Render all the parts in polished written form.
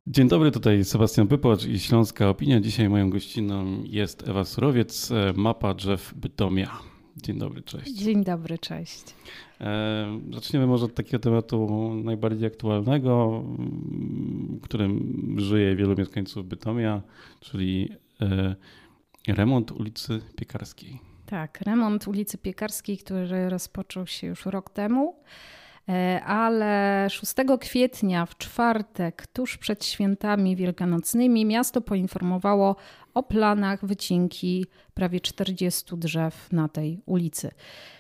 Dzień dobry, tutaj Sebastian Pypłacz i Śląska Opinia. Dzisiaj moją gościną jest Ewa Surowiec, Mapa Drzew Bytomia. Dzień dobry, cześć. Dzień dobry, cześć. Zaczniemy może od takiego tematu najbardziej aktualnego, którym żyje wielu mieszkańców Bytomia, czyli remont ulicy Piekarskiej. Tak, remont ulicy Piekarskiej, który rozpoczął się już rok temu, ale 6 kwietnia w czwartek, tuż przed świętami wielkanocnymi, miasto poinformowało o planach wycinki prawie 40 drzew na tej ulicy.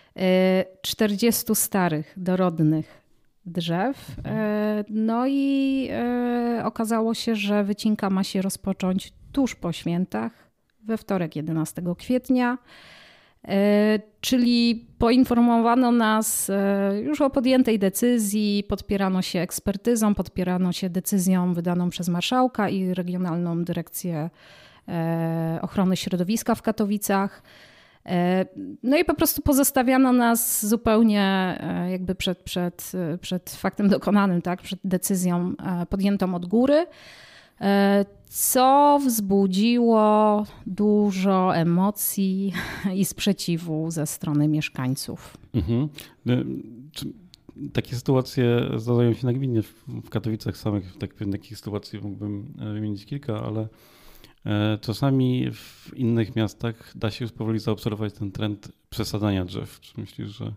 40 starych, dorodnych drzew. No i okazało się, że wycinka ma się rozpocząć tuż po świętach, we wtorek 11 kwietnia. Czyli poinformowano nas już o podjętej decyzji, podpierano się ekspertyzą, podpierano się decyzją wydaną przez marszałka i Regionalną Dyrekcję Ochrony Środowiska w Katowicach. No i po prostu pozostawiano nas zupełnie jakby przed faktem dokonanym, tak? Przed decyzją podjętą od góry, co wzbudziło dużo emocji i sprzeciwu ze strony mieszkańców. Mhm. Takie sytuacje zdarzają się nagminnie w Katowicach samych. Takich sytuacji mógłbym wymienić kilka, ale czasami w innych miastach da się już powoli zaobserwować ten trend przesadzania drzew. Czy myślisz, że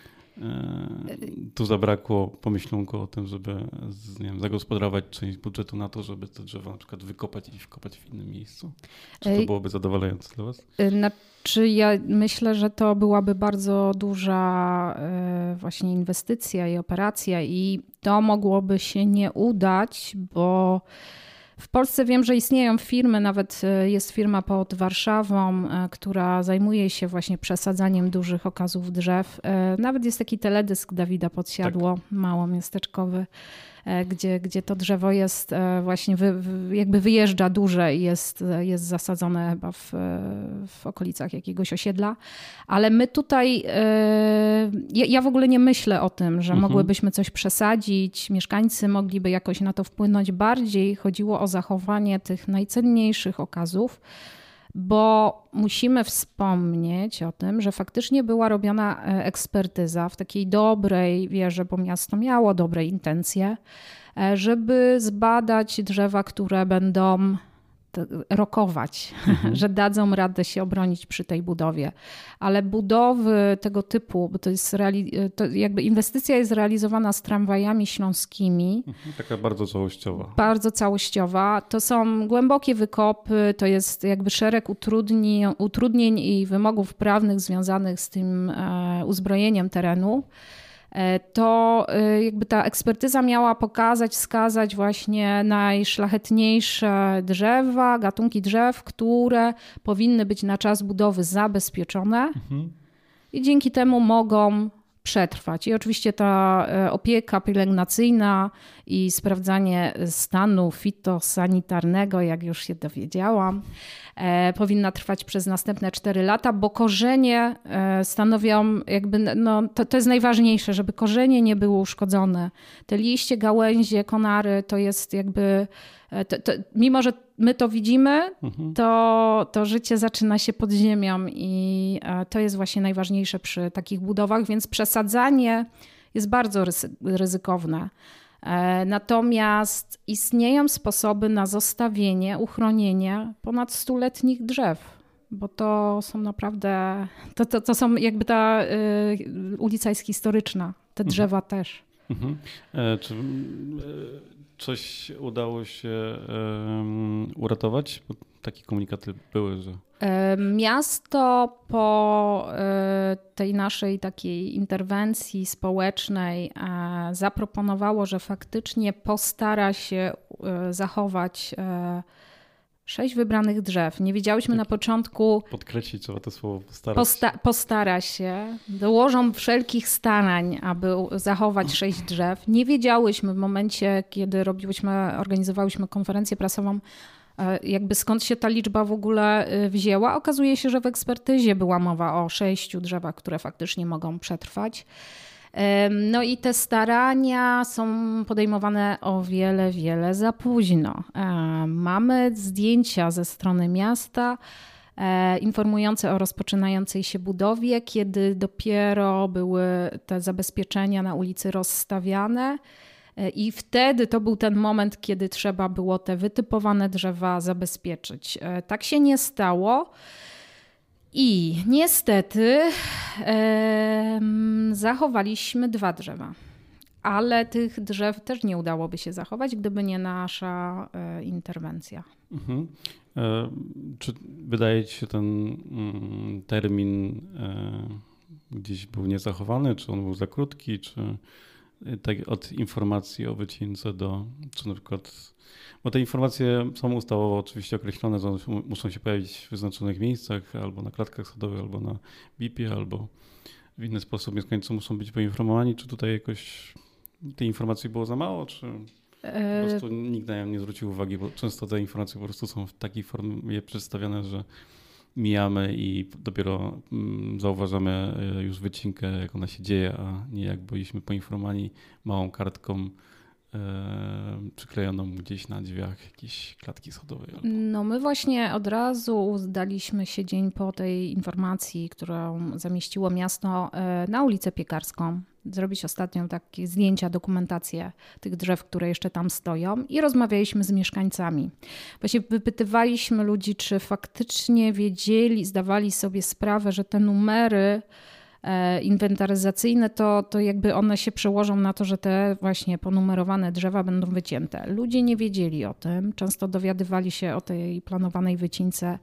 tu zabrakło pomyślunku o tym, żeby zagospodarować część budżetu na to, żeby te drzewa na przykład wykopać i wkopać w innym miejscu? Czy to byłoby zadowalające dla was? Znaczy ja myślę, że to byłaby bardzo duża właśnie inwestycja i operacja i to mogłoby się nie udać, bo w Polsce wiem, że istnieją firmy, nawet jest firma pod Warszawą, która zajmuje się właśnie przesadzaniem dużych okazów drzew. Nawet jest taki teledysk Dawida Podsiadło, tak, małomiasteczkowy, gdzie to drzewo jest właśnie, jakby wyjeżdża duże i jest zasadzone chyba w okolicach jakiegoś osiedla. Ale my tutaj, ja w ogóle nie myślę o tym, że mogłybyśmy coś przesadzić, mieszkańcy mogliby jakoś na to wpłynąć. Bardziej chodziło o zachowanie tych najcenniejszych okazów, bo musimy wspomnieć o tym, że faktycznie była robiona ekspertyza w takiej dobrej wierze, bo miasto miało dobre intencje, żeby zbadać drzewa, które będą rokować, że dadzą radę się obronić przy tej budowie. Ale budowy tego typu, bo to jakby inwestycja jest realizowana z tramwajami śląskimi. Taka bardzo całościowa. Bardzo całościowa. To są głębokie wykopy, to jest jakby szereg utrudnień i wymogów prawnych związanych z tym uzbrojeniem terenu. To jakby ta ekspertyza miała pokazać, wskazać właśnie najszlachetniejsze drzewa, gatunki drzew, które powinny być na czas budowy zabezpieczone i dzięki temu mogą przetrwać. I oczywiście ta opieka pielęgnacyjna i sprawdzanie stanu fitosanitarnego, jak już się dowiedziałam, powinna trwać przez następne 4 lata, bo korzenie stanowią jakby, to jest najważniejsze, żeby korzenie nie były uszkodzone. Te liście, gałęzie, konary to jest jakby, mimo że my to widzimy, to życie zaczyna się pod ziemią i to jest właśnie najważniejsze przy takich budowach, więc przesadzanie jest bardzo ryzykowne. Natomiast istnieją sposoby na zostawienie, uchronienie ponad 100-letnich drzew, bo to są naprawdę, to są jakby ta ulica jest historyczna, te drzewa też. Czy coś udało się uratować? Bo takie komunikaty były, że... Miasto po tej naszej takiej interwencji społecznej zaproponowało, że faktycznie postara się zachować 6 wybranych drzew. Nie wiedziałyśmy na początku... Podkreślić trzeba to słowo postara się. Dołożą wszelkich starań, aby zachować 6 drzew. Nie wiedziałyśmy w momencie, kiedy organizowałyśmy konferencję prasową, jakby skąd się ta liczba w ogóle wzięła. Okazuje się, że w ekspertyzie była mowa o 6 drzewach, które faktycznie mogą przetrwać. No i te starania są podejmowane o wiele, wiele za późno. Mamy zdjęcia ze strony miasta informujące o rozpoczynającej się budowie, kiedy dopiero były te zabezpieczenia na ulicy rozstawiane. I wtedy to był ten moment, kiedy trzeba było te wytypowane drzewa zabezpieczyć. Tak się nie stało. I niestety zachowaliśmy 2 drzewa. Ale tych drzew też nie udałoby się zachować, gdyby nie nasza interwencja. Mhm. Czy wydaje ci się ten termin gdzieś był niezachowany, czy on był za krótki, czy tak od informacji o wycince czy na przykład, bo te informacje są ustawowo oczywiście określone, że muszą się pojawić w wyznaczonych miejscach, albo na klatkach schodowych, albo na BIP-ie, albo w inny sposób mieszkańcy muszą być poinformowani, czy tutaj jakoś tej informacji było za mało, czy po prostu nikt na nią nie zwrócił uwagi, bo często te informacje po prostu są w takiej formie przedstawiane, że mijamy i dopiero zauważamy już wycinkę, jak ona się dzieje, a nie jak byliśmy poinformowani małą kartką przyklejoną gdzieś na drzwiach jakiejś klatki schodowej. No my właśnie od razu udaliśmy się dzień po tej informacji, którą zamieściło miasto, na ulicę Piekarską. Zrobić ostatnio takie zdjęcia, dokumentację tych drzew, które jeszcze tam stoją i rozmawialiśmy z mieszkańcami. Właśnie wypytywaliśmy ludzi, czy faktycznie wiedzieli, zdawali sobie sprawę, że te numery inwentaryzacyjne to jakby one się przełożą na to, że te właśnie ponumerowane drzewa będą wycięte. Ludzie nie wiedzieli o tym, często dowiadywali się o tej planowanej wycince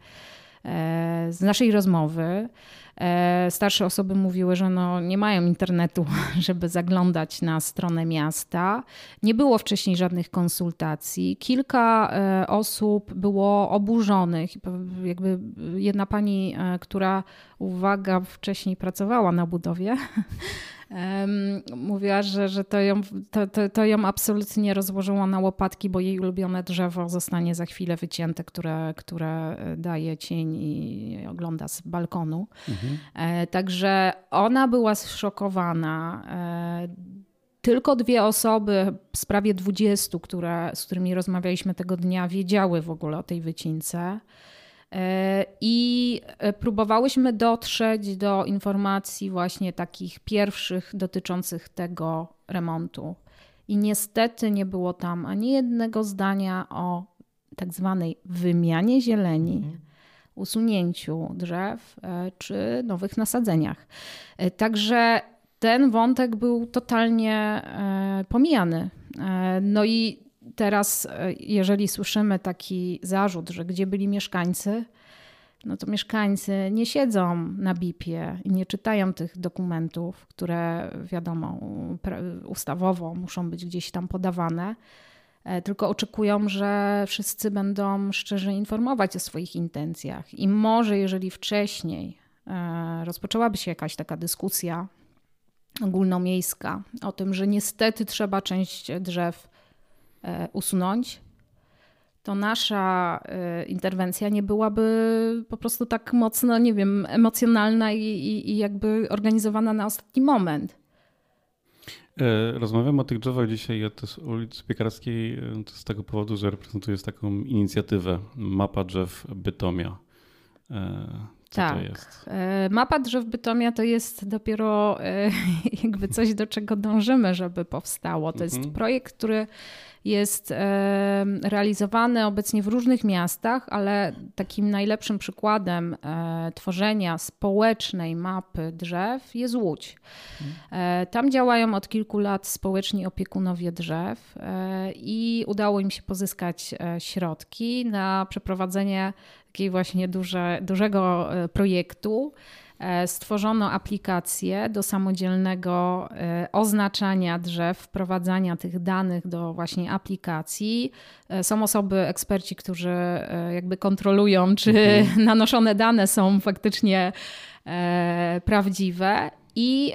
z naszej rozmowy. Starsze osoby mówiły, że nie mają internetu, żeby zaglądać na stronę miasta. Nie było wcześniej żadnych konsultacji. Kilka osób było oburzonych. Jakby jedna pani, która, uwaga, wcześniej pracowała na budowie, mówiła, że to ją absolutnie rozłożyło na łopatki, bo jej ulubione drzewo zostanie za chwilę wycięte, które daje cień i ogląda z balkonu. Mhm. Także ona była zszokowana. Tylko 2 osoby z prawie 20, z którymi rozmawialiśmy tego dnia, wiedziały w ogóle o tej wycince. I próbowałyśmy dotrzeć do informacji właśnie takich pierwszych dotyczących tego remontu. I niestety nie było tam ani jednego zdania o tak zwanej wymianie zieleni, usunięciu drzew czy nowych nasadzeniach. Także ten wątek był totalnie pomijany. No i teraz, jeżeli słyszymy taki zarzut, że gdzie byli mieszkańcy, no to mieszkańcy nie siedzą na BIP-ie i nie czytają tych dokumentów, które wiadomo, ustawowo muszą być gdzieś tam podawane, tylko oczekują, że wszyscy będą szczerze informować o swoich intencjach. I może jeżeli wcześniej rozpoczęłaby się jakaś taka dyskusja ogólnomiejska o tym, że niestety trzeba część drzew usunąć, to nasza interwencja nie byłaby po prostu tak mocno, nie wiem, emocjonalna i jakby organizowana na ostatni moment. Rozmawiamy o tych drzewach dzisiaj od ulicy Piekarskiej z tego powodu, że reprezentuję taką inicjatywę Mapa Drzew Bytomia. Co tak. To jest? Mapa Drzew Bytomia to jest dopiero jakby coś, do czego dążymy, żeby powstało. To jest projekt, który jest realizowany obecnie w różnych miastach, ale takim najlepszym przykładem tworzenia społecznej mapy drzew jest Łódź. Tam działają od kilku lat społeczni opiekunowie drzew i udało im się pozyskać środki na przeprowadzenie takiego właśnie dużego projektu. Stworzono aplikację do samodzielnego oznaczania drzew, wprowadzania tych danych do właśnie aplikacji. Są osoby, eksperci, którzy jakby kontrolują, czy nanoszone dane są faktycznie prawdziwe. I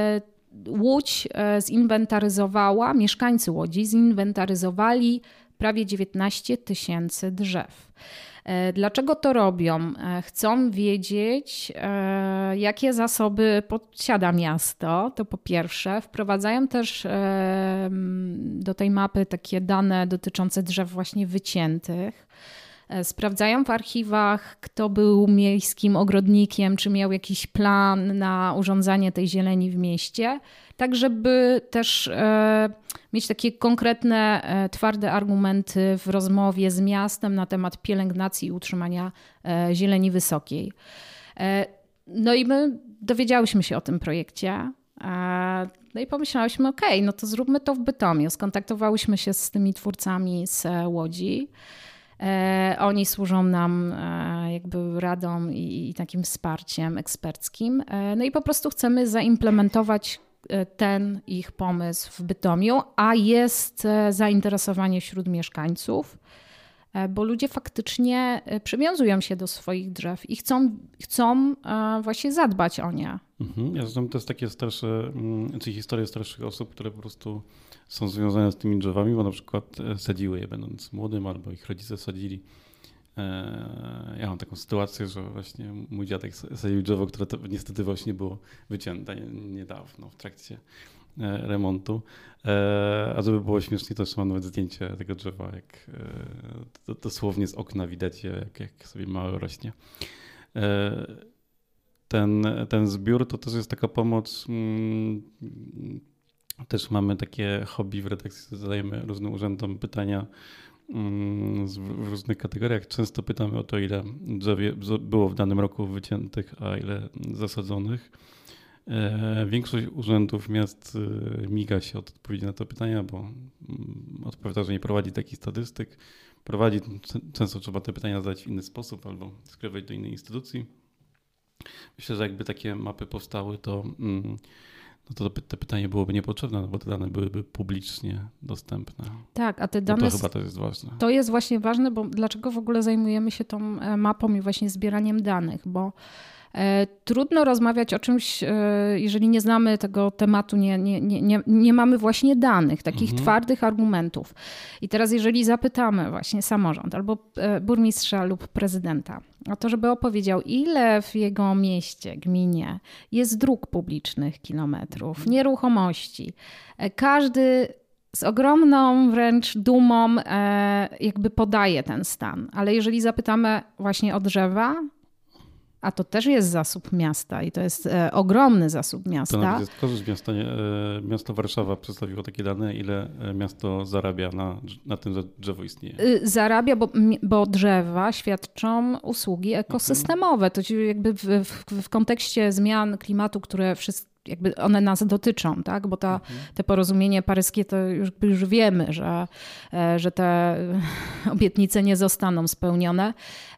Łódź zinwentaryzowała, mieszkańcy Łodzi zinwentaryzowali prawie 19 000 drzew. Dlaczego to robią? Chcą wiedzieć, jakie zasoby posiada miasto, to po pierwsze. Wprowadzają też do tej mapy takie dane dotyczące drzew właśnie wyciętych. Sprawdzają w archiwach, kto był miejskim ogrodnikiem, czy miał jakiś plan na urządzanie tej zieleni w mieście, tak żeby też mieć takie konkretne, twarde argumenty w rozmowie z miastem na temat pielęgnacji i utrzymania zieleni wysokiej. No i my dowiedziałyśmy się o tym projekcie. No i pomyślałyśmy, no to zróbmy to w Bytomiu. Skontaktowałyśmy się z tymi twórcami z Łodzi. Oni służą nam jakby radą i takim wsparciem eksperckim. No i po prostu chcemy zaimplementować ten ich pomysł w Bytomiu, a jest zainteresowanie wśród mieszkańców, bo ludzie faktycznie przywiązują się do swoich drzew i chcą właśnie zadbać o nie. Ja znam też takie starsze, czy historie starszych osób, które po prostu są związane z tymi drzewami, bo na przykład sadziły je będąc młodym, albo ich rodzice sadzili. Ja mam taką sytuację, że właśnie mój dziadek sadził drzewo, które to niestety właśnie było wycięte niedawno w trakcie remontu. A żeby było śmiesznie, to jeszcze mam nawet zdjęcie tego drzewa, jak dosłownie z okna widać je, jak sobie małe rośnie. Ten zbiór to też jest taka pomoc. Też mamy takie hobby w redakcji, zadajemy różnym urzędom pytania w różnych kategoriach. Często pytamy o to, ile drzew było w danym roku wyciętych, a ile zasadzonych. Większość urzędów miast miga się od odpowiedzi na to pytania, bo odpowiada, że nie prowadzi takich statystyk. Prowadzi, często trzeba te pytania zadać w inny sposób albo skierować do innej instytucji. Myślę, że jakby takie mapy powstały, to te pytanie byłoby niepotrzebne, no bo te dane byłyby publicznie dostępne. Tak, a te dane... To chyba to jest ważne. To jest właśnie ważne, bo dlaczego w ogóle zajmujemy się tą mapą i właśnie zbieraniem danych, bo trudno rozmawiać o czymś, jeżeli nie znamy tego tematu, nie mamy właśnie danych, takich twardych argumentów. I teraz jeżeli zapytamy właśnie samorząd albo burmistrza lub prezydenta o to, żeby opowiedział, ile w jego mieście, gminie jest dróg publicznych, kilometrów, nieruchomości. Każdy z ogromną wręcz dumą jakby podaje ten stan. Ale jeżeli zapytamy właśnie o drzewa, a to też jest zasób miasta i to jest ogromny zasób miasta. To nawet jest korzyść miasta. Miasto Warszawa przedstawiło takie dane, ile miasto zarabia na tym, że drzewo istnieje. Zarabia, bo drzewa świadczą usługi ekosystemowe. To jakby w kontekście zmian klimatu, które jakby one nas dotyczą, tak? Bo te porozumienie paryskie to już wiemy, że te obietnice nie zostaną spełnione.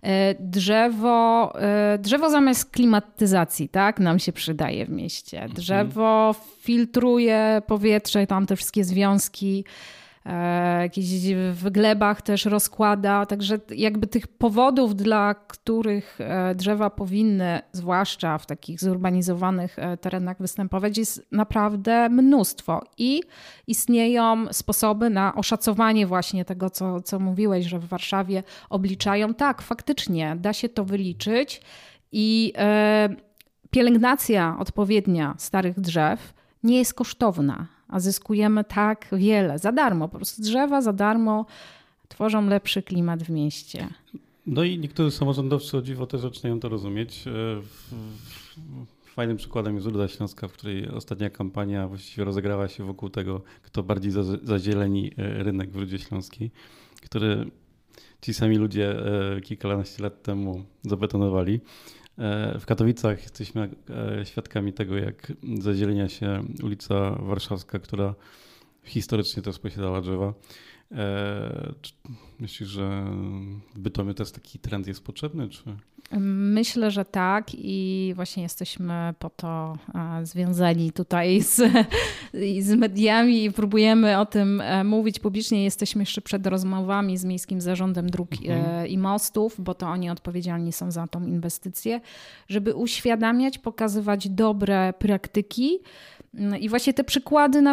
Drzewo zamiast klimatyzacji, tak, nam się przydaje w mieście. Drzewo filtruje powietrze, tam te wszystkie związki, jakieś w glebach też rozkłada, także jakby tych powodów, dla których drzewa powinny, zwłaszcza w takich zurbanizowanych terenach występować, jest naprawdę mnóstwo i istnieją sposoby na oszacowanie właśnie tego, co mówiłeś, że w Warszawie obliczają. Tak, faktycznie da się to wyliczyć i pielęgnacja odpowiednia starych drzew nie jest kosztowna, a zyskujemy tak wiele za darmo. Po prostu drzewa za darmo tworzą lepszy klimat w mieście. No i niektórzy samorządowcy o dziwo też zaczynają to rozumieć. Fajnym przykładem jest Ruda Śląska, w której ostatnia kampania właściwie rozegrała się wokół tego, kto bardziej zazieleni rynek w Rudzie Śląskiej, który ci sami ludzie kilkanaście lat temu zabetonowali. W Katowicach jesteśmy świadkami tego, jak zazielenia się ulica Warszawska, która historycznie też posiadała drzewa. Myślisz, że w Bytomiu też taki trend jest potrzebny? Czy? Myślę, że tak i właśnie jesteśmy po to związani tutaj z mediami i próbujemy o tym mówić publicznie. Jesteśmy jeszcze przed rozmowami z Miejskim Zarządem Dróg i Mostów, bo to oni odpowiedzialni są za tą inwestycję, żeby uświadamiać, pokazywać dobre praktyki i właśnie te przykłady na przykład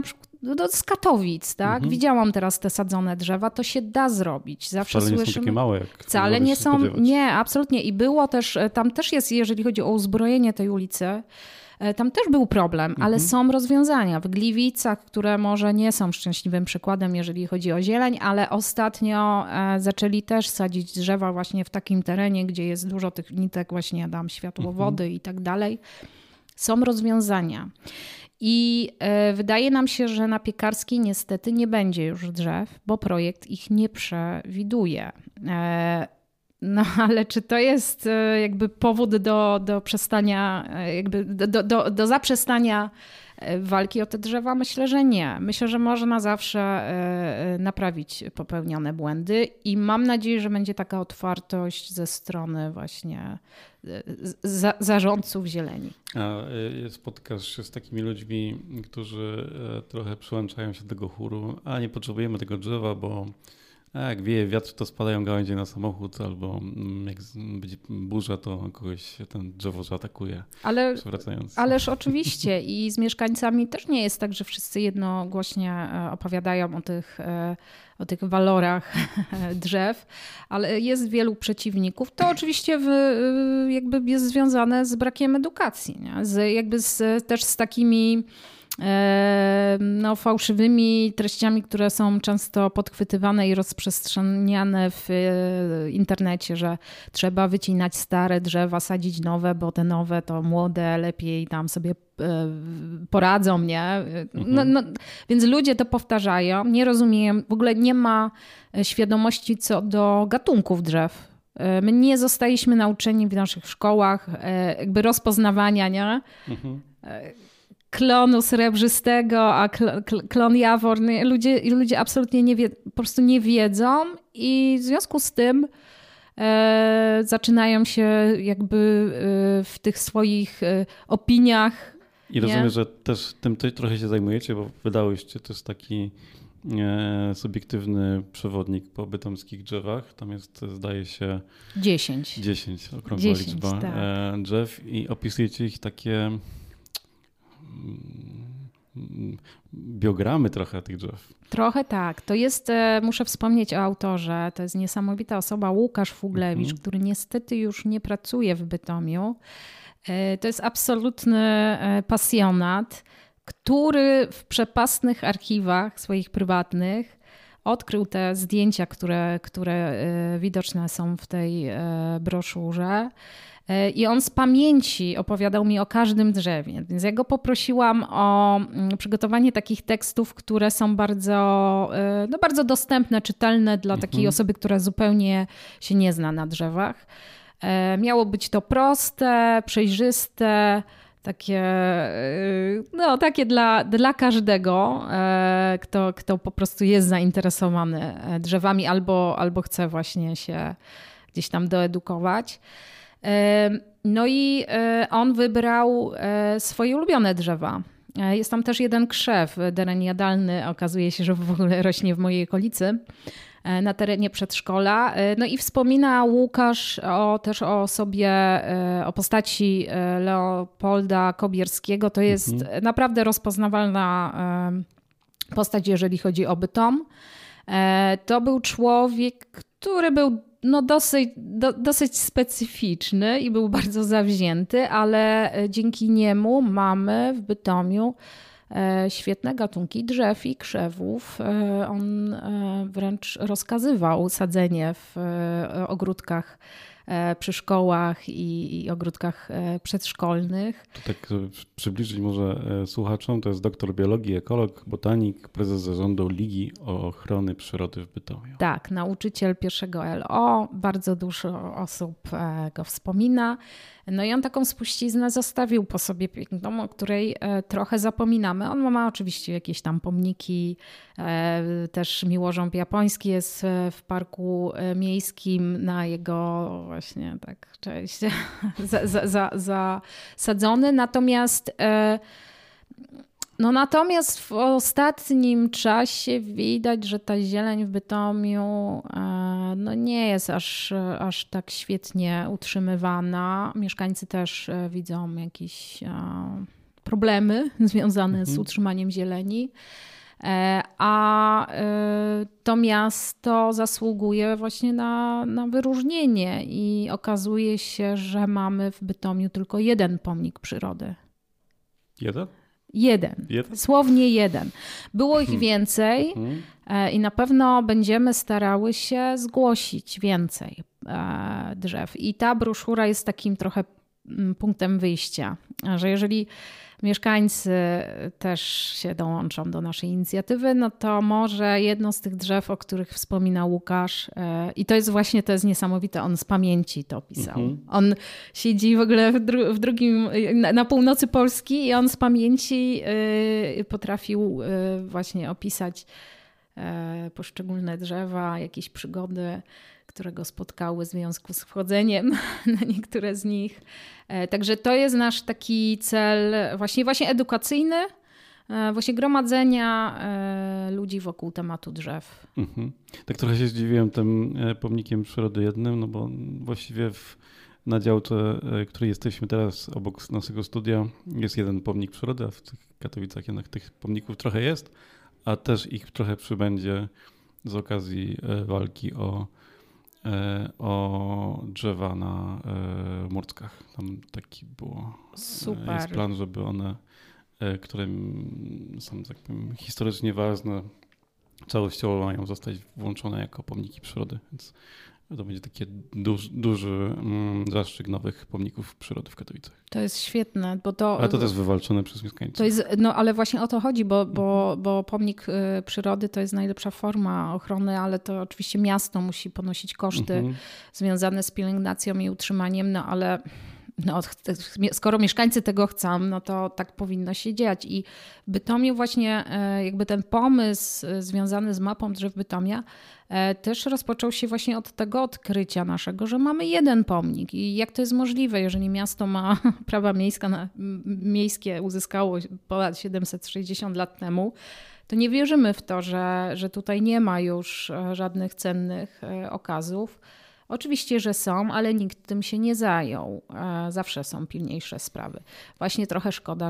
z Katowic, tak? Widziałam teraz te sadzone drzewa, to się da zrobić. Zawsze wcale nie słyszymy, są takie małe, jak wcale nie są, spodziewać. nie, absolutnie. I było też, tam też jest, jeżeli chodzi o uzbrojenie tej ulicy, tam też był problem, ale są rozwiązania. W Gliwicach, które może nie są szczęśliwym przykładem, jeżeli chodzi o zieleń, ale ostatnio zaczęli też sadzić drzewa właśnie w takim terenie, gdzie jest dużo tych nitek właśnie tam światłowody i tak dalej. Są rozwiązania. I wydaje nam się, że na Piekarskiej niestety nie będzie już drzew, bo projekt ich nie przewiduje. No ale czy to jest jakby powód do przestania, jakby do zaprzestania walki o te drzewa? Myślę, że nie. Myślę, że można zawsze naprawić popełnione błędy i mam nadzieję, że będzie taka otwartość ze strony właśnie zarządców zieleni. A spotkasz się z takimi ludźmi, którzy trochę przyłączają się do tego chóru, a nie potrzebujemy tego drzewa, bo jak wieje wiatr, to spadają gałęzie na samochód, albo jak będzie burza, to kogoś ten drzewo zaatakuje. Ależ oczywiście i z mieszkańcami też nie jest tak, że wszyscy jednogłośnie opowiadają o tych walorach drzew, ale jest wielu przeciwników. To oczywiście jakby jest związane z brakiem edukacji, nie? Też z takimi fałszywymi treściami, które są często podchwytywane i rozprzestrzeniane w internecie, że trzeba wycinać stare drzewa, sadzić nowe, bo te nowe to młode lepiej tam sobie poradzą, nie? Więc ludzie to powtarzają, nie rozumieją, w ogóle nie ma świadomości co do gatunków drzew. My nie zostaliśmy nauczeni w naszych szkołach jakby rozpoznawania, nie? Klonu srebrzystego, a klon jawor. Ludzie absolutnie po prostu nie wiedzą i w związku z tym zaczynają się jakby w tych swoich opiniach. I rozumiem, że też tym trochę się zajmujecie, bo wydałyście też taki subiektywny przewodnik po bytomskich drzewach. Tam jest, zdaje się, 10 okrągła liczba drzew i opisujecie ich takie biogramy trochę tych drzew. Trochę tak. To jest, muszę wspomnieć o autorze, to jest niesamowita osoba, Łukasz Fuglewicz, który niestety już nie pracuje w Bytomiu. To jest absolutny pasjonat, który w przepastnych archiwach swoich prywatnych odkrył te zdjęcia, które widoczne są w tej broszurze. I on z pamięci opowiadał mi o każdym drzewie. Więc ja go poprosiłam o przygotowanie takich tekstów, które są bardzo dostępne, czytelne dla takiej osoby, która zupełnie się nie zna na drzewach. Miało być to proste, przejrzyste, takie dla każdego, kto po prostu jest zainteresowany drzewami albo chce właśnie się gdzieś tam doedukować. No i on wybrał swoje ulubione drzewa. Jest tam też jeden krzew, deren jadalny, okazuje się, że w ogóle rośnie w mojej okolicy, na terenie przedszkola. No i wspomina Łukasz też o sobie, o postaci Leopolda Kobierskiego. To jest naprawdę rozpoznawalna postać, jeżeli chodzi o Bytom. To był człowiek, który był dosyć specyficzny i był bardzo zawzięty, ale dzięki niemu mamy w Bytomiu świetne gatunki drzew i krzewów. On wręcz rozkazywał sadzenie w ogródkach przy szkołach i ogródkach przedszkolnych. To tak przybliżyć może słuchaczom, to jest doktor biologii, ekolog, botanik, prezes zarządu Ligi Ochrony Przyrody w Bytomiu. Tak, nauczyciel pierwszego LO, bardzo dużo osób go wspomina. No i on taką spuściznę zostawił po sobie piękną, o której trochę zapominamy. On ma oczywiście jakieś tam pomniki, też miłożąb japoński jest w parku miejskim na jego właśnie tak cześć zasadzony. Natomiast w ostatnim czasie widać, że ta zieleń w Bytomiu nie jest aż tak świetnie utrzymywana. Mieszkańcy też widzą jakieś problemy związane z utrzymaniem zieleni. A to miasto zasługuje właśnie na wyróżnienie i okazuje się, że mamy w Bytomiu tylko jeden pomnik przyrody. Jeden? Jeden. Słownie jeden. Było ich więcej i na pewno będziemy starały się zgłosić więcej drzew. I ta broszura jest takim trochę punktem wyjścia, że jeżeli mieszkańcy też się dołączą do naszej inicjatywy, no to może jedno z tych drzew, o których wspominał Łukasz, i to jest niesamowite, on z pamięci to pisał. On siedzi w ogóle w drugim, na północy Polski i on z pamięci potrafił właśnie opisać poszczególne drzewa, jakieś przygody, które go spotkały w związku z wchodzeniem na niektóre z nich. Także to jest nasz taki cel właśnie edukacyjny, właśnie gromadzenia ludzi wokół tematu drzew. Tak trochę się zdziwiłem tym pomnikiem przyrody jednym, no bo właściwie na działce, której jesteśmy teraz obok naszego studia, jest jeden pomnik przyrody, a w tych Katowicach jednak tych pomników trochę jest, a też ich trochę przybędzie z okazji walki o drzewa na Murckach. Tam taki jest plan, żeby one, które są tak powiem, historycznie ważne, całościowo mają zostać włączone jako pomniki przyrody. Więc to będzie taki duży zastrzyk nowych pomników przyrody w Katowicach. To jest świetne, bo to... Ale to też wywalczone przez mieszkańców. To jest, no ale właśnie o to chodzi, bo pomnik przyrody to jest najlepsza forma ochrony, ale to oczywiście miasto musi ponosić koszty związane z pielęgnacją i utrzymaniem, no ale skoro mieszkańcy tego chcą, no to tak powinno się dziać. I Bytomiu właśnie jakby ten pomysł związany z mapą drzew Bytomia też rozpoczął się właśnie od tego odkrycia naszego, że mamy jeden pomnik. I jak to jest możliwe, jeżeli miasto ma prawa miejskie uzyskało ponad 760 lat temu, to nie wierzymy w to, że tutaj nie ma już żadnych cennych okazów. Oczywiście, że są, ale nikt tym się nie zajął. Zawsze są pilniejsze sprawy. Właśnie trochę szkoda,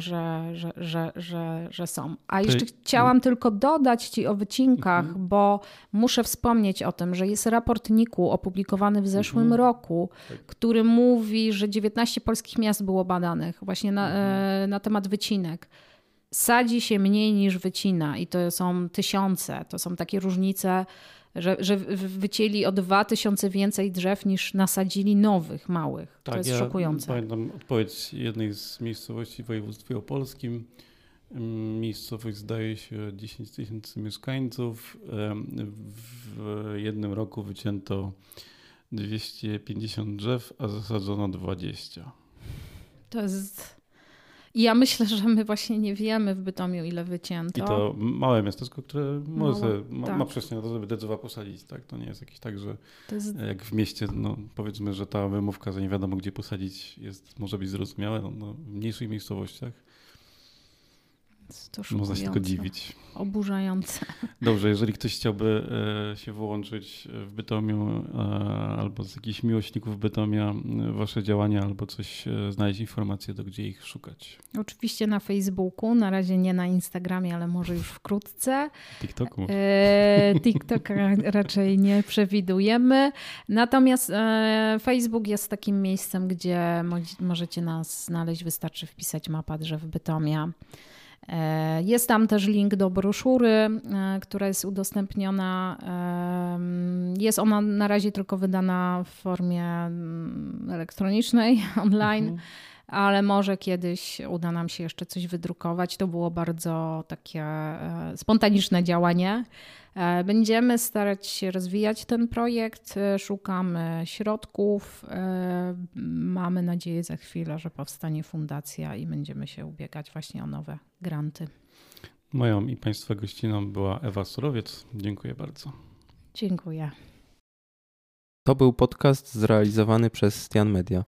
że są. A jeszcze chciałam tylko dodać Ci o wycinkach, bo muszę wspomnieć o tym, że jest raport NIK-u opublikowany w zeszłym roku, który mówi, że 19 polskich miast było badanych właśnie na temat wycinek. Sadzi się mniej niż wycina i to są tysiące. To są takie różnice, że wycięli o 2000 więcej drzew niż nasadzili nowych, małych. Tak, to jest szokujące. Pamiętam odpowiedź jednej z miejscowości w województwie opolskim. Miejscowość zdaje się 10 000 mieszkańców. W jednym roku wycięto 250 drzew, a zasadzono 20. To jest... I ja myślę, że my właśnie nie wiemy w Bytomiu, ile wycięto. I to małe miasteczko, które ma przestrzeń na to, żeby te drzewa posadzić. Tak? To nie jest jakieś tak, że jak w mieście, no powiedzmy, że ta wymówka, że nie wiadomo gdzie posadzić może być zrozumiałe. No, w mniejszych miejscowościach to można się tylko dziwić. Oburzające. Dobrze, jeżeli ktoś chciałby się włączyć w Bytomiu albo z jakichś miłośników Bytomia wasze działania albo coś znaleźć informacje, to gdzie ich szukać? Oczywiście na Facebooku, na razie nie na Instagramie, ale może już wkrótce. TikToku? TikToka raczej nie przewidujemy. Natomiast Facebook jest takim miejscem, gdzie możecie nas znaleźć. Wystarczy wpisać mapa drzew Bytomia. Jest tam też link do broszury, która jest udostępniona. Jest ona na razie tylko wydana w formie elektronicznej, online, ale może kiedyś uda nam się jeszcze coś wydrukować. To było bardzo takie spontaniczne działanie. Będziemy starać się rozwijać ten projekt, szukamy środków. Mamy nadzieję za chwilę, że powstanie fundacja i będziemy się ubiegać właśnie o nowe granty. Moją i Państwa gościną była Ewa Surowiec. Dziękuję bardzo. Dziękuję. To był podcast zrealizowany przez Stian Media.